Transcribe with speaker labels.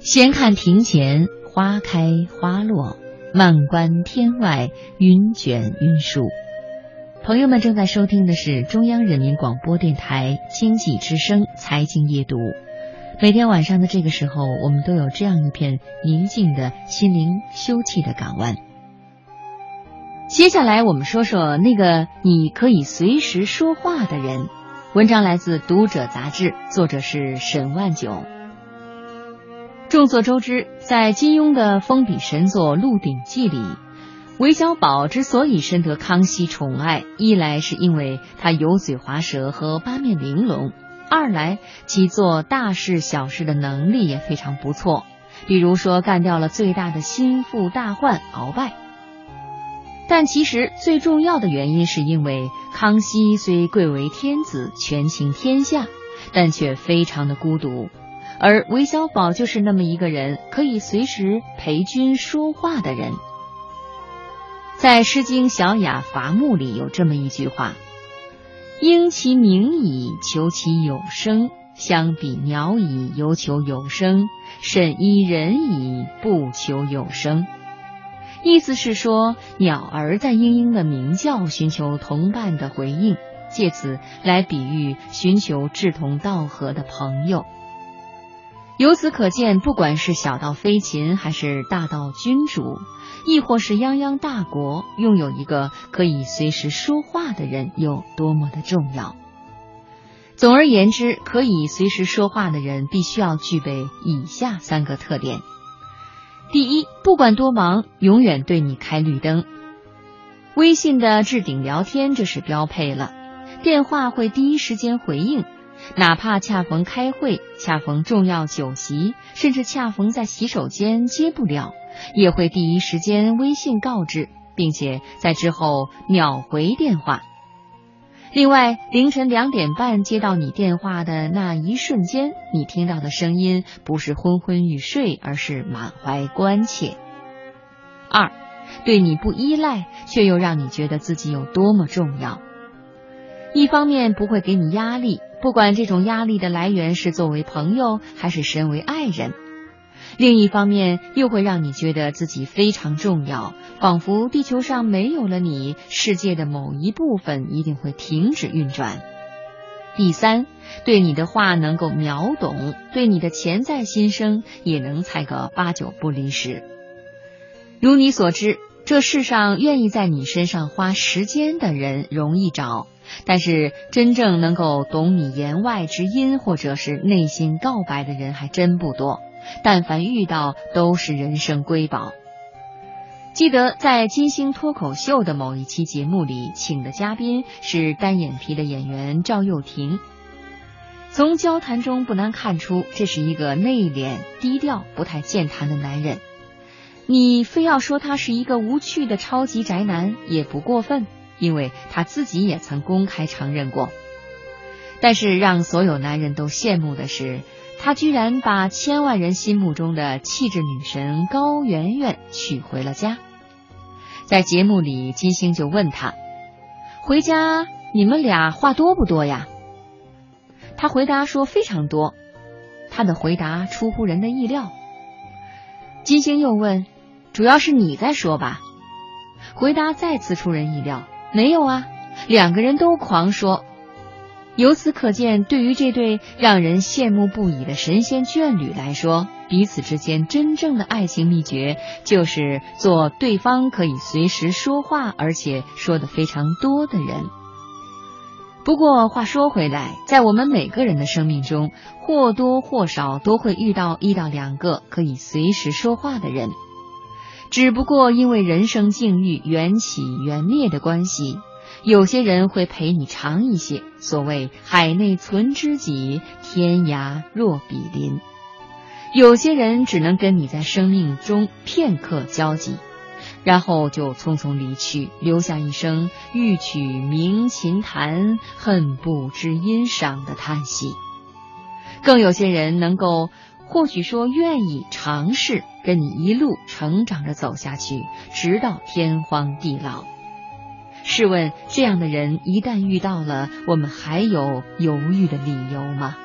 Speaker 1: 闲看庭前花开花落，漫观天外云卷云舒。朋友们正在收听的是中央人民广播电台经济之声财经夜读。每天晚上的这个时候，我们都有这样一片宁静的心灵休憩的港湾。接下来我们说说那个你可以随时说话的人。文章来自《读者》杂志，作者是沈万九。众所周知，在金庸的封笔神作《鹿鼎记》里，韦小宝之所以深得康熙宠爱，一来是因为他油嘴滑舌和八面玲珑，二来其做大事小事的能力也非常不错，比如说干掉了最大的心腹大患鳌拜。但其实最重要的原因是因为康熙虽贵为天子，权倾天下，但却非常的孤独，而韦小宝就是那么一个人，可以随时陪君说话的人。在《诗经·小雅·伐木》里有这么一句话：应其鸣矣，求其有声；相比鸟矣，犹求有声；甚依人矣，不求有声。意思是说，鸟儿在嘤嘤的鸣叫，寻求同伴的回应，借此来比喻寻求志同道合的朋友。由此可见，不管是小到飞禽，还是大到君主，亦或是泱泱大国，拥有一个可以随时说话的人有多么的重要。总而言之，可以随时说话的人必须要具备以下3个特点。第一，不管多忙，永远对你开绿灯。微信的置顶聊天这是标配了，电话会第一时间回应，哪怕恰逢开会，恰逢重要酒席，甚至恰逢在洗手间接不了，也会第一时间微信告知，并且在之后秒回电话。另外，凌晨2点半接到你电话的那一瞬间，你听到的声音不是昏昏欲睡，而是满怀关切。2，对你不依赖，却又让你觉得自己有多么重要。一方面不会给你压力，不管这种压力的来源是作为朋友还是身为爱人；另一方面又会让你觉得自己非常重要，仿佛地球上没有了你，世界的某一部分一定会停止运转。第3，对你的话能够秒懂，对你的潜在心声也能猜个8、9不离10。如你所知，这世上愿意在你身上花时间的人容易找，但是真正能够懂你言外之音，或者是内心告白的人还真不多，但凡遇到都是人生瑰宝。记得在金星脱口秀的某一期节目里，请的嘉宾是单眼皮的演员赵又廷。从交谈中不难看出，这是一个内敛、低调、不太健谈的男人。你非要说他是一个无趣的超级宅男也不过分，因为他自己也曾公开承认过。但是让所有男人都羡慕的是，他居然把千万人心目中的气质女神高圆圆娶回了家。在节目里，金星就问他，回家你们俩话多不多呀？他回答说非常多。他的回答出乎人的意料。金星又问，主要是你在说吧？回答再次出人意料，没有啊，2个人都狂说。由此可见，对于这对让人羡慕不已的神仙眷侣来说，彼此之间真正的爱情秘诀就是做对方可以随时说话，而且说得非常多的人。不过话说回来，在我们每个人的生命中，或多或少都会遇到1到2个可以随时说话的人，只不过因为人生境遇、缘起缘灭的关系，有些人会陪你长一些，所谓海内存知己，天涯若比邻。有些人只能跟你在生命中片刻交集，然后就匆匆离去，留下一声欲取鸣琴弹，恨不知音赏的叹息。更有些人能够或许说愿意尝试跟你一路成长着走下去，直到天荒地老。试问这样的人一旦遇到了，我们还有犹豫的理由吗？